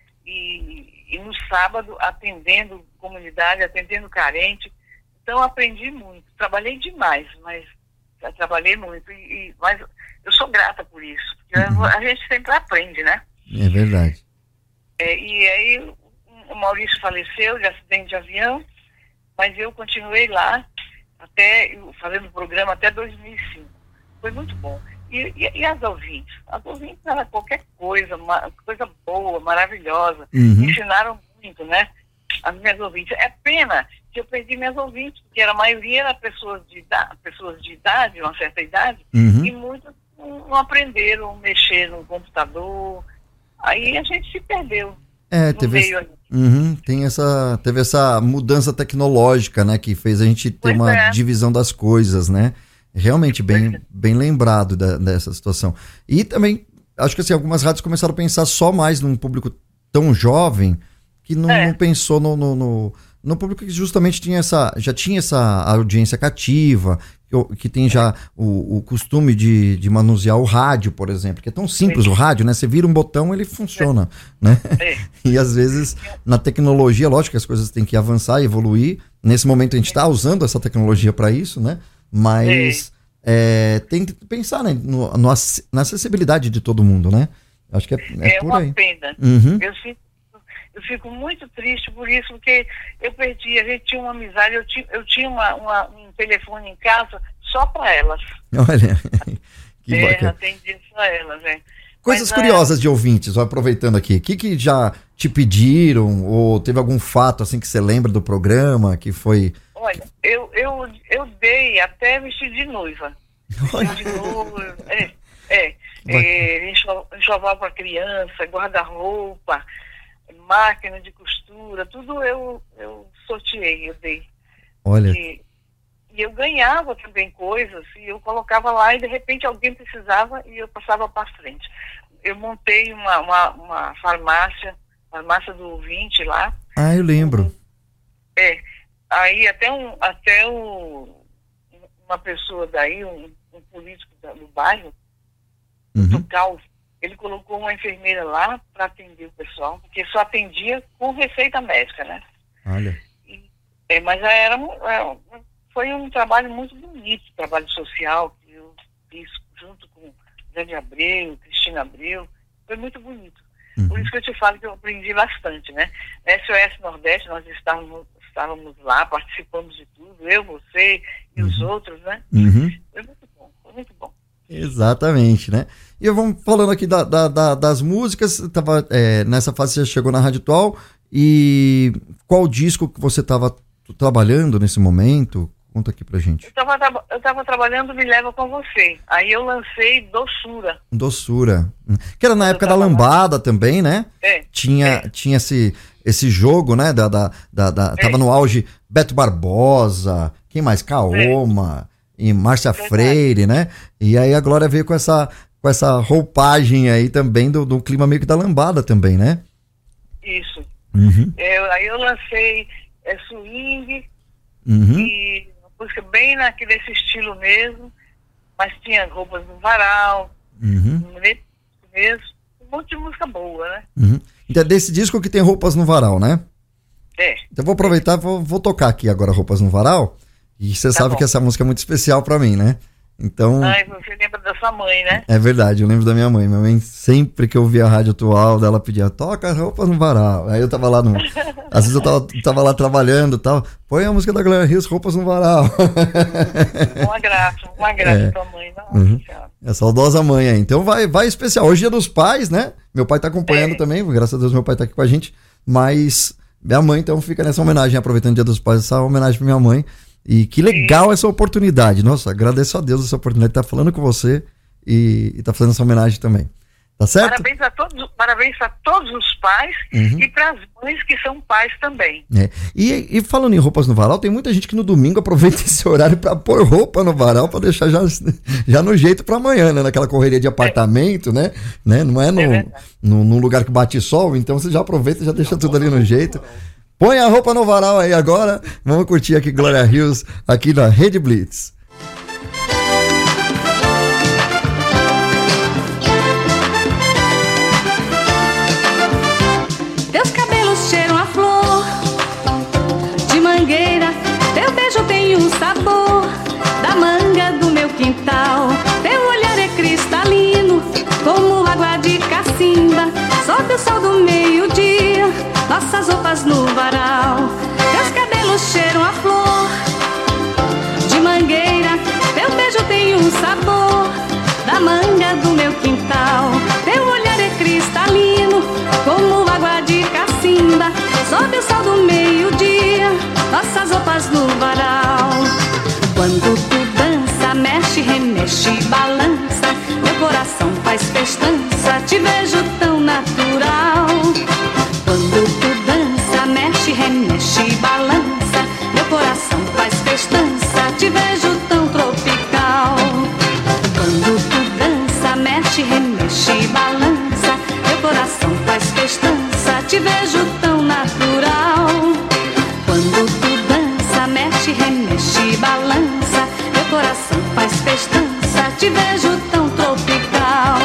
e, e no sábado atendendo comunidade, atendendo carente. Então aprendi muito, trabalhei demais, mas já trabalhei muito, e, e, mas eu sou grata por isso, porque uhum. a gente sempre aprende, né? É verdade. É, e aí o Maurício faleceu de acidente de avião, mas eu continuei lá, até fazendo o programa até dois mil e cinco. Foi muito bom. E, e, e as ouvintes? As ouvintes eram qualquer coisa, uma coisa boa, maravilhosa. Uhum. Ensinaram muito, né? As minhas ouvintes. É pena que eu perdi minhas ouvintes, porque a maioria era pessoas de idade, pessoas de idade, uma certa idade, uhum. e muitos não, não aprenderam a mexer no computador. Aí a gente se perdeu. É, teve, esse, uhum, tem essa, teve essa mudança tecnológica, né, que fez a gente ter pois uma é. divisão das coisas, né? Realmente bem, bem lembrado da, dessa situação. E também acho que assim, algumas rádios começaram a pensar só mais num público tão jovem que não, É. não pensou no, no, no, no público que justamente tinha essa, já tinha essa audiência cativa, que, que tem já o, o costume de, de manusear o rádio, por exemplo, que é tão simples o rádio, né? Você vira um botão, ele funciona, né? É. E às vezes na tecnologia, lógico que as coisas têm que avançar e evoluir. Nesse momento a gente está usando essa tecnologia para isso, né? Mas é, tem que pensar, né, no, no, ac- na acessibilidade de todo mundo, né? Acho que é, é, É por uma aí. pena. Uhum. Eu, fico, eu fico muito triste por isso, porque eu perdi, a gente tinha uma amizade, eu tinha, eu tinha uma, uma- um telefone em casa só para elas. Olha, que é, bacana. atendia só elas, né? Coisas Mas, curiosas de ouvintes, ó, aproveitando aqui. O que, que já te pediram, ou teve algum fato assim que você lembra do programa, que foi... Olha, eu, eu, eu dei até vestido de noiva. Vestido de noiva, é, é, é enxo- enxoval para criança, guarda-roupa, máquina de costura, tudo eu, eu sorteei, eu dei. Olha, E, e eu ganhava também coisas, e eu colocava lá e de repente alguém precisava e eu passava para frente. Eu montei uma, uma, uma farmácia, farmácia do ouvinte lá. ah, eu lembro. É, aí até, um, até um, uma pessoa daí, um, um político da, do bairro, Uhum. do Calvo, ele colocou uma enfermeira lá para atender o pessoal, porque só atendia com receita médica, né? Olha, É, mas era, mu- é, foi um trabalho muito bonito, trabalho social, que eu fiz junto com Zé de Abreu, Cristina Abreu, foi muito bonito. Uhum. Por isso que eu te falo que eu aprendi bastante, né? Na S O S Nordeste, nós estávamos, estávamos lá, participamos de tudo, eu, você e os outros, né? Uhum. Foi muito bom, foi muito bom. Exatamente, né? E eu vamos falando aqui da, da- da- das músicas, tava, é, nessa fase você chegou na Rádio Atual, e qual disco que você estava trabalhando nesse momento? Conta aqui pra gente. Eu estava eu tava trabalhando Me Leva Com Você, aí eu lancei Doçura. Doçura. Que era na época da lambada também, né? É. Tinha, tinha esse, esse jogo, né? Da, da, da, da- Tava no auge Beto Barbosa, quem mais? Kaoma e Márcia Freire, né? E aí a Glória veio com essa, com essa roupagem aí também do, do clima meio que da lambada também, né? Isso. Uhum. É, aí eu lancei é, Swing, Uhum. e uma música bem naquele desse estilo mesmo, mas tinha roupas no varal, Uhum. mesmo, um monte de música boa, né? Uhum. Então é desse disco que tem Roupas no Varal, né? É. Então eu vou aproveitar e vou, vou tocar aqui agora Roupas no Varal. E você sabe bom. que essa música é muito especial pra mim, né? Então, Ai, você lembra da sua mãe, né? é verdade, eu lembro da minha mãe. Minha mãe, sempre que eu via a Rádio Atual, ela pedia, toca Roupas no Varal. Aí eu tava lá no... Às vezes eu tava, tava lá trabalhando e tal. Põe a música da Glória Rios, Roupas no Varal. Uma graça, uma graça É. tua mãe, nossa Uhum. senhora. É saudosa mãe aí. Então vai, vai especial. Hoje é dia dos pais, né? Meu pai tá acompanhando É. também. Graças a Deus meu pai tá aqui com a gente. Mas minha mãe, então, fica nessa homenagem, aproveitando o dia dos pais, essa homenagem pra minha mãe. E que legal essa oportunidade. Nossa, agradeço a Deus essa oportunidade de estar falando com você e, e tá fazendo essa homenagem também. Tá certo? Parabéns a todos, parabéns a todos os pais Uhum. e para as mães que são pais também. É. E, e falando em roupas no varal, tem muita gente que no domingo aproveita esse horário pra pôr roupa no varal, pra deixar já, já no jeito pra amanhã, né? Naquela correria de apartamento, né? né? Não é, no, É no, num lugar que bate sol, então você já aproveita e já deixa tudo ali no jeito. Põe a roupa no varal aí agora. Vamos curtir aqui Glória Rios, aqui na Rede Blitz. Teus cabelos cheiram a flor de mangueira, teu beijo tem o sabor da manga do meu quintal. Teu olhar é cristalino, como água de cacimba. Sobe o sol do meio-dia, nossas roupas no varal. Teus cabelos cheiram a flor de mangueira, teu beijo tem o sabor da manga do meu quintal. Teu olhar é cristalino, como água de cacimba. Sobe o sol do meio-dia, nossas roupas no varal. Quando tu dança, mexe, remexe, balança, meu coração faz festança, te vejo tão natural. Quando tu dança, mexe, remexe, balança, meu coração faz festança, te vejo tão tropical. Quando tu dança, mexe, remexe, balança, vejo tão natural. Quando tu dança, mexe, remexe, balança, meu coração faz festança, te vejo tão tropical.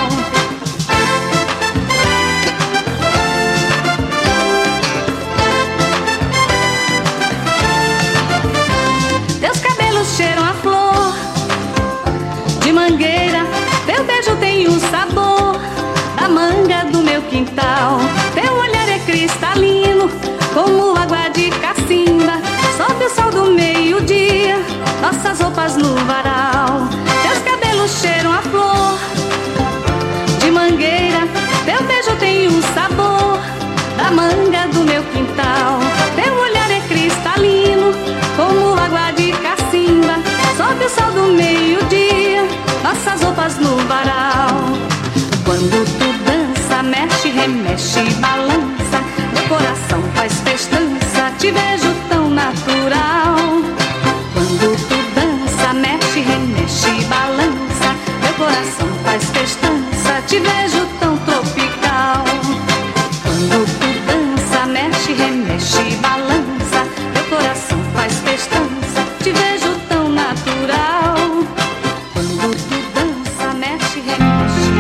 Teus cabelos cheiram a flor de mangueira, teu beijo tem o sabor da manga do meu quintal. Teu olhar é cristalino, como água de cacimba. Sobe o sol do meio-dia, nossas roupas no varal. Teus cabelos cheiram a flor de mangueira, teu beijo tem o sabor da manga do meu quintal. Teu olhar é cristalino, como água de cacimba. Sobe o sol do meio-dia, nossas roupas no varal. Quando tu dança, mexe, remexe, balança, meu coração faz festança, te vejo tão natural. Quando tu dança, mexe, remexe, balança, meu coração faz festança, te vejo tão tropical. Quando tu dança, mexe, remexe, balança, meu coração faz festança, te vejo tão natural. Quando tu dança, mexe, remexe,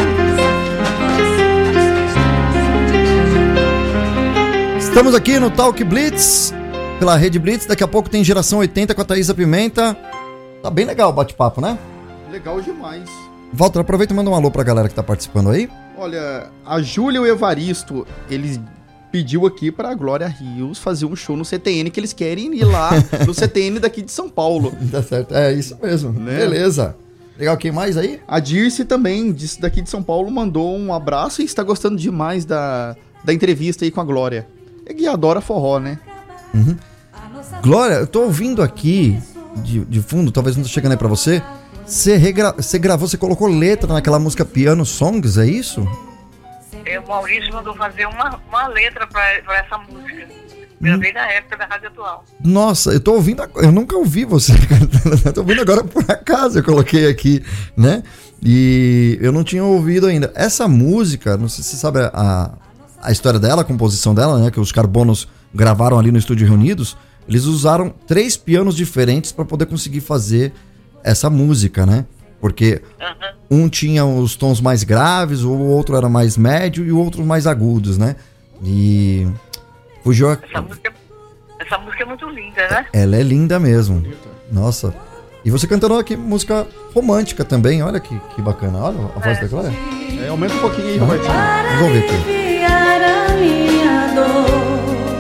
Estamos aqui no Talk Blitz, pela Rede Blitz. Daqui a pouco tem Geração oitenta com a Thaísa Pimenta. Tá bem legal o bate-papo, né? Legal demais. Walter, aproveita e manda um alô pra galera que tá participando aí. Olha, a Júlia e o Evaristo, eles pediu aqui pra Glória Rios fazer um show no C T N, que eles querem ir lá no C T N daqui de São Paulo. Tá certo, é isso mesmo, né? Beleza. Legal, quem mais aí? A Dirce também, daqui de São Paulo, mandou um abraço e está gostando demais da, da entrevista aí com a Glória. E adora forró, né? Uhum. Glória, eu tô ouvindo aqui, de, de fundo, talvez não tô chegando aí pra você, você, regra... você gravou, você colocou letra naquela música Piano Songs, é isso? É, o Maurício mandou fazer uma, uma letra pra, pra essa música. Gravei hum. na época da Rádio Atual. Nossa, eu tô ouvindo, eu nunca ouvi você cantando, eu tô ouvindo agora por acaso, eu coloquei aqui, né? E eu não tinha ouvido ainda. Essa música, não sei se você sabe a, a história dela, a composição dela, né? Que os Carbonos gravaram ali no Estúdio Reunidos. Eles usaram três pianos diferentes para poder conseguir fazer essa música, né? Porque uhum. um tinha os tons mais graves, o outro era mais médio e o outro mais agudos, né? E fugiu a... essa, música, essa música é muito linda, né? Ela é linda mesmo. Nossa. E você cantando aqui música romântica também, olha que, que bacana. Olha a voz é. da Glória. É, aumenta um pouquinho aí, Robertinho. Vamos ouvir aqui. A minha dor.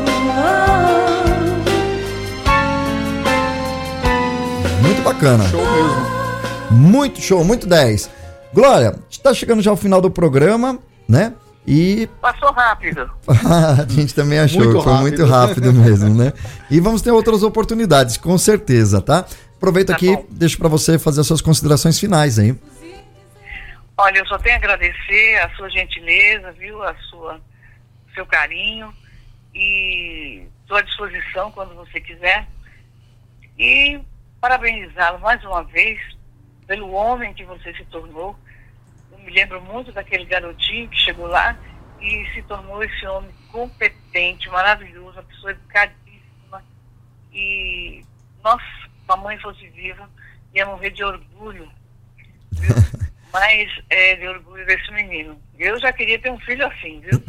Muito bacana. Show mesmo. Muito show, muito dez. Glória, está chegando já ao final do programa, né? E... passou rápido. A gente também achou muito que foi rápido. muito rápido mesmo, né? E vamos ter outras oportunidades, com certeza, tá? Aproveita tá aqui, bom. Deixo para você fazer as suas considerações finais aí. Olha, eu só tenho a agradecer a sua gentileza, viu? A sua, seu carinho. E estou à disposição quando você quiser. E parabenizá-lo mais uma vez pelo homem que você se tornou. Eu me lembro muito daquele garotinho que chegou lá e se tornou esse homem competente, maravilhoso, uma pessoa educadíssima. E, nossa, se a mãe fosse viva, ia morrer de orgulho, viu? Mas é de orgulho desse menino. Eu já queria ter um filho assim, viu?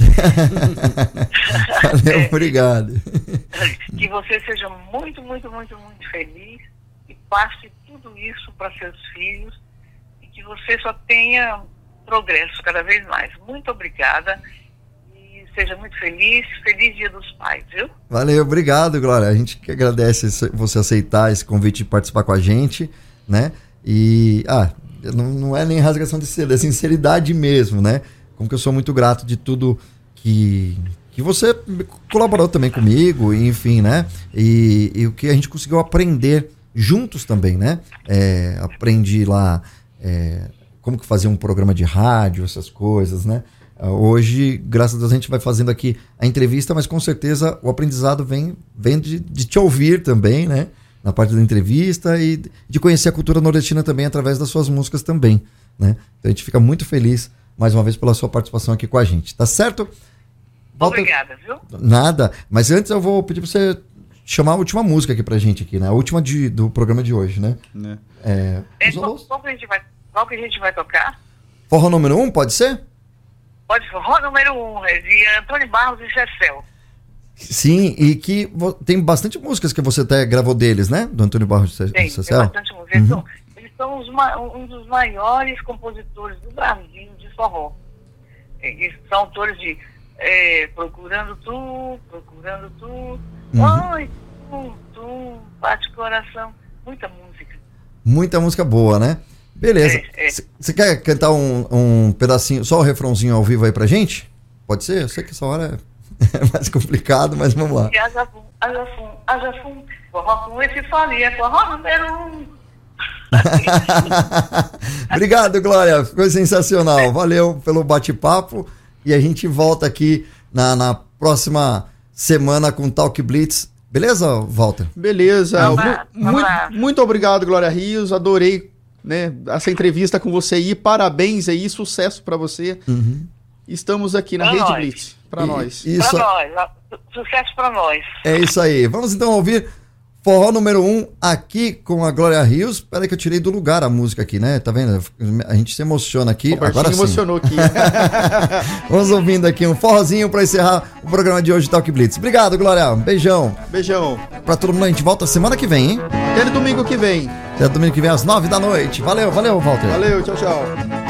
Valeu, obrigado. Que você seja muito, muito, muito, muito feliz e passe tudo isso para seus filhos e que você só tenha progresso cada vez mais. Muito obrigada e seja muito feliz. Feliz Dia dos Pais, viu? Valeu, obrigado, Glória. A gente que agradece você aceitar esse convite e participar com a gente, né? E, ah, não, não é nem rasgação de seda, é sinceridade mesmo, né? Como que eu sou muito grato de tudo que... que você colaborou também comigo, enfim, né? E, e o que a gente conseguiu aprender juntos também, né? É, aprendi lá é, como que fazer um programa de rádio, essas coisas, né? Hoje, graças a Deus, a gente vai fazendo aqui a entrevista, mas com certeza o aprendizado vem, vem de, de te ouvir também, né? Na parte da entrevista e de conhecer a cultura nordestina também através das suas músicas também, né? Então a gente fica muito feliz, mais uma vez, pela sua participação aqui com a gente, tá certo? Walter... Obrigada, viu? Nada, mas antes eu vou pedir pra você chamar a última música aqui pra gente aqui, né? A última de, do programa de hoje, né? né? É... É, qual, qual, que a gente vai, qual que a gente vai tocar? Forró número um, pode ser? Pode, forró número um, é de Antônio Barros e Cecel. Sim, e que vo- tem bastante músicas que você até gravou deles, né? Do Antônio Barros e Cecel. Tem, tem bastante música. Eles, são, eles são os ma- um dos maiores compositores do Brasil de forró. Eles são autores de é, Procurando Tu, Procurando Tu, Uhum. Oi, Tu, Tu, Bate Coração, muita música. Muita música boa, né? Beleza. Você É, é. quer cantar um, um pedacinho, só o refrãozinho ao vivo aí pra gente? Pode ser? Eu sei que essa hora é, é mais complicado, mas vamos lá. E Ajafum, Ajafum, Ajafum, forró com esse fole, é forró número um. Obrigado, Glória. Foi sensacional. Valeu pelo bate-papo. E a gente volta aqui na, na próxima semana com Talk Blitz. Beleza, Walter? Beleza. Vamos Mu- lá, vamos muito, lá. muito obrigado, Glória Rios. Adorei, né, essa entrevista com você aí. Parabéns aí, sucesso pra você. Uhum. Estamos aqui na Pra Rede nós. Blitz. Pra E- nós. Isso, Pra nós, sucesso pra nós. é isso aí. Vamos então ouvir Forró número um aqui com a Glória Rios. Espera que eu tirei do lugar a música aqui, né? Tá vendo? A gente se emociona aqui. Robertinho Agora sim. emocionou aqui. Vamos ouvindo aqui um forrozinho pra encerrar o programa de hoje, Talk Blitz. Obrigado, Glória. Um beijão. Beijão. Pra todo mundo, a gente volta semana que vem, hein? Até domingo que vem. Até domingo que vem, às nove da noite. Valeu, valeu, Walter. Valeu, tchau, tchau.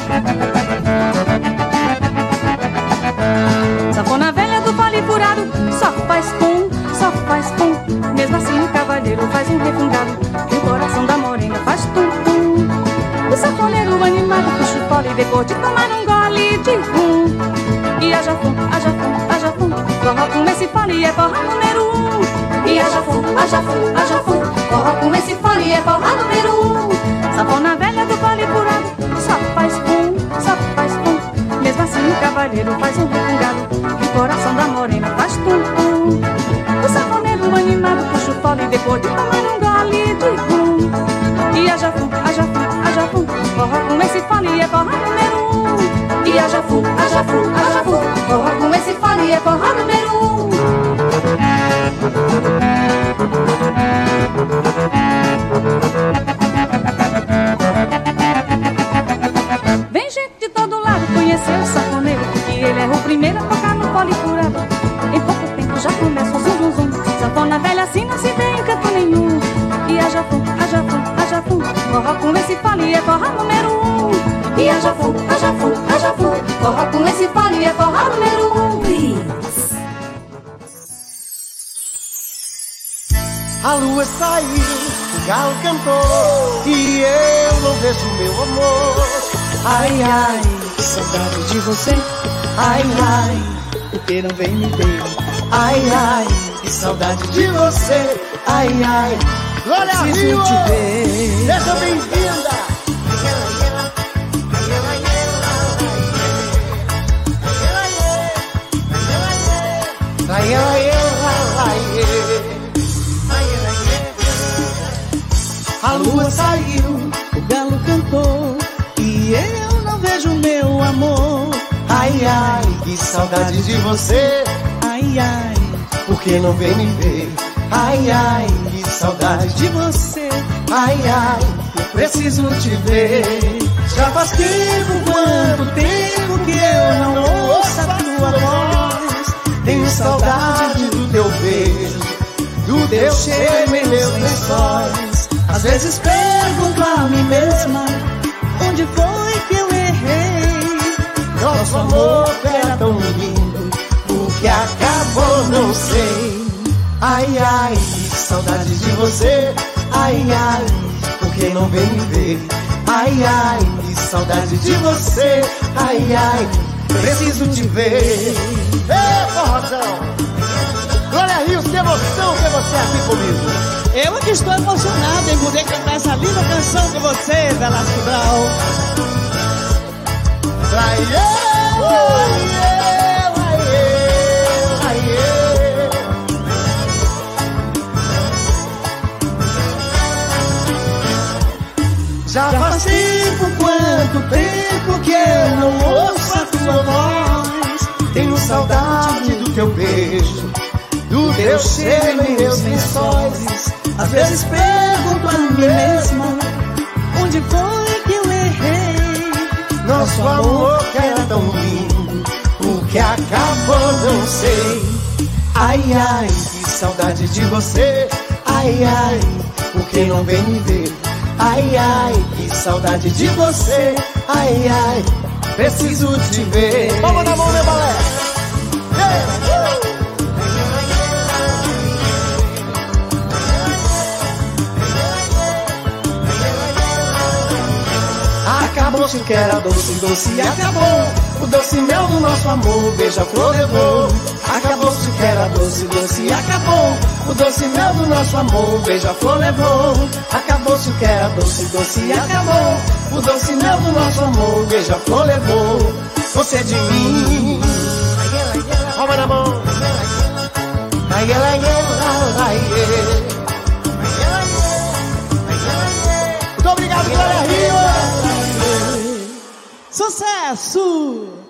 Sanfona velha do vale furado, só faz pum, só faz pum. Mesmo assim o cavalheiro faz um refungado, e o coração da morena faz tum, tum. O sanfoneiro animado puxa o fole depois de tomar um gole de rum. E haja fum, haja fum, haja fum, forró com esse fole é forró número um. E haja fum, haja fum, haja fum, forró com esse fole é forró número um. Sanfona velha do vale furado, só faz pum, só faz pum. Mesmo assim o cavalheiro faz um refungado, e o coração da morena faz tum, tum. O sanfoneiro animado puxa o fole depois de tomar um gole de rum. E haja fum, haja fum, haja fum, forró com esse fole é forró número um. E haja fum, haja fum, haja fum, forró com esse fole é forró número um. Vem gente de todo lado conhecer o sanfoneiro, que ele é o primeiro a tocar no fole furado. Em pouco tempo já começa o zum zum zum, sanfona velha assim não se vê em canto nenhum. E haja fum, haja fum, haja fum, forró com esse fole é forró número um. E haja fum, haja fum, haja fum, forró com esse fole é forró número um. A lua saiu, o galo cantou, e eu não vejo meu amor. Ai, ai, que saudade de você. Ai, ai, porque não vem me ver. Ai, ai, que saudade de você. Ai, ai, Glória preciso Rios! te ver. Seja bem-vinda! Ai, ai, ai, ai, a lua saiu, o galo cantou, e eu não vejo meu amor. Ai, ai, que saudade de você. Ai, ai, porque não vem me ver. Ai, ai, que saudade de você. Ai, ai, eu preciso te ver. Já faz tempo, quanto tempo que eu não ouço a tua voz. Tenho saudade do teu beijo, do teu cheiro em meus lençóis. Às vezes pergunto a mim mesma, onde foi que eu errei? Nosso amor era tão lindo, o que acabou não sei. Ai, ai, que saudade de você. Ai, ai, porque não vem me ver. Ai, ai, que saudade de você. Ai, ai, preciso te ver. Ê, forrozão! Glória Rios, que emoção ter você aqui comigo! Eu aqui estou emocionado em poder cantar essa linda canção com você, Velasco Brau. Pra eu, ai, eu, ai, eu, ai, eu. Já faz tempo, quanto tempo que eu não ouço a tua voz. Tenho saudade do teu beijo, do teu cheiro em meus lençóis. Às vezes pergunto a mim mesma, onde foi que eu errei? Nosso amor que era tão lindo, o que acabou não sei. Ai, ai, que saudade de você. Ai, ai, por que não vem me ver? Ai, ai, que saudade de você. Ai, ai, preciso te ver. Vamos na mão, meu balé. Acabou-se o que era doce, doce acabou. O doce mel do nosso amor, beija-flor levou. Acabou-se o que era doce, doce acabou. O doce mel do nosso amor, beija-flor levou. Acabou-se o que era doce, doce acabou. O doce mel do nosso amor, beija-flor levou. Você de mim, palma na mão. Muito obrigado, Glória Rio. Sucesso!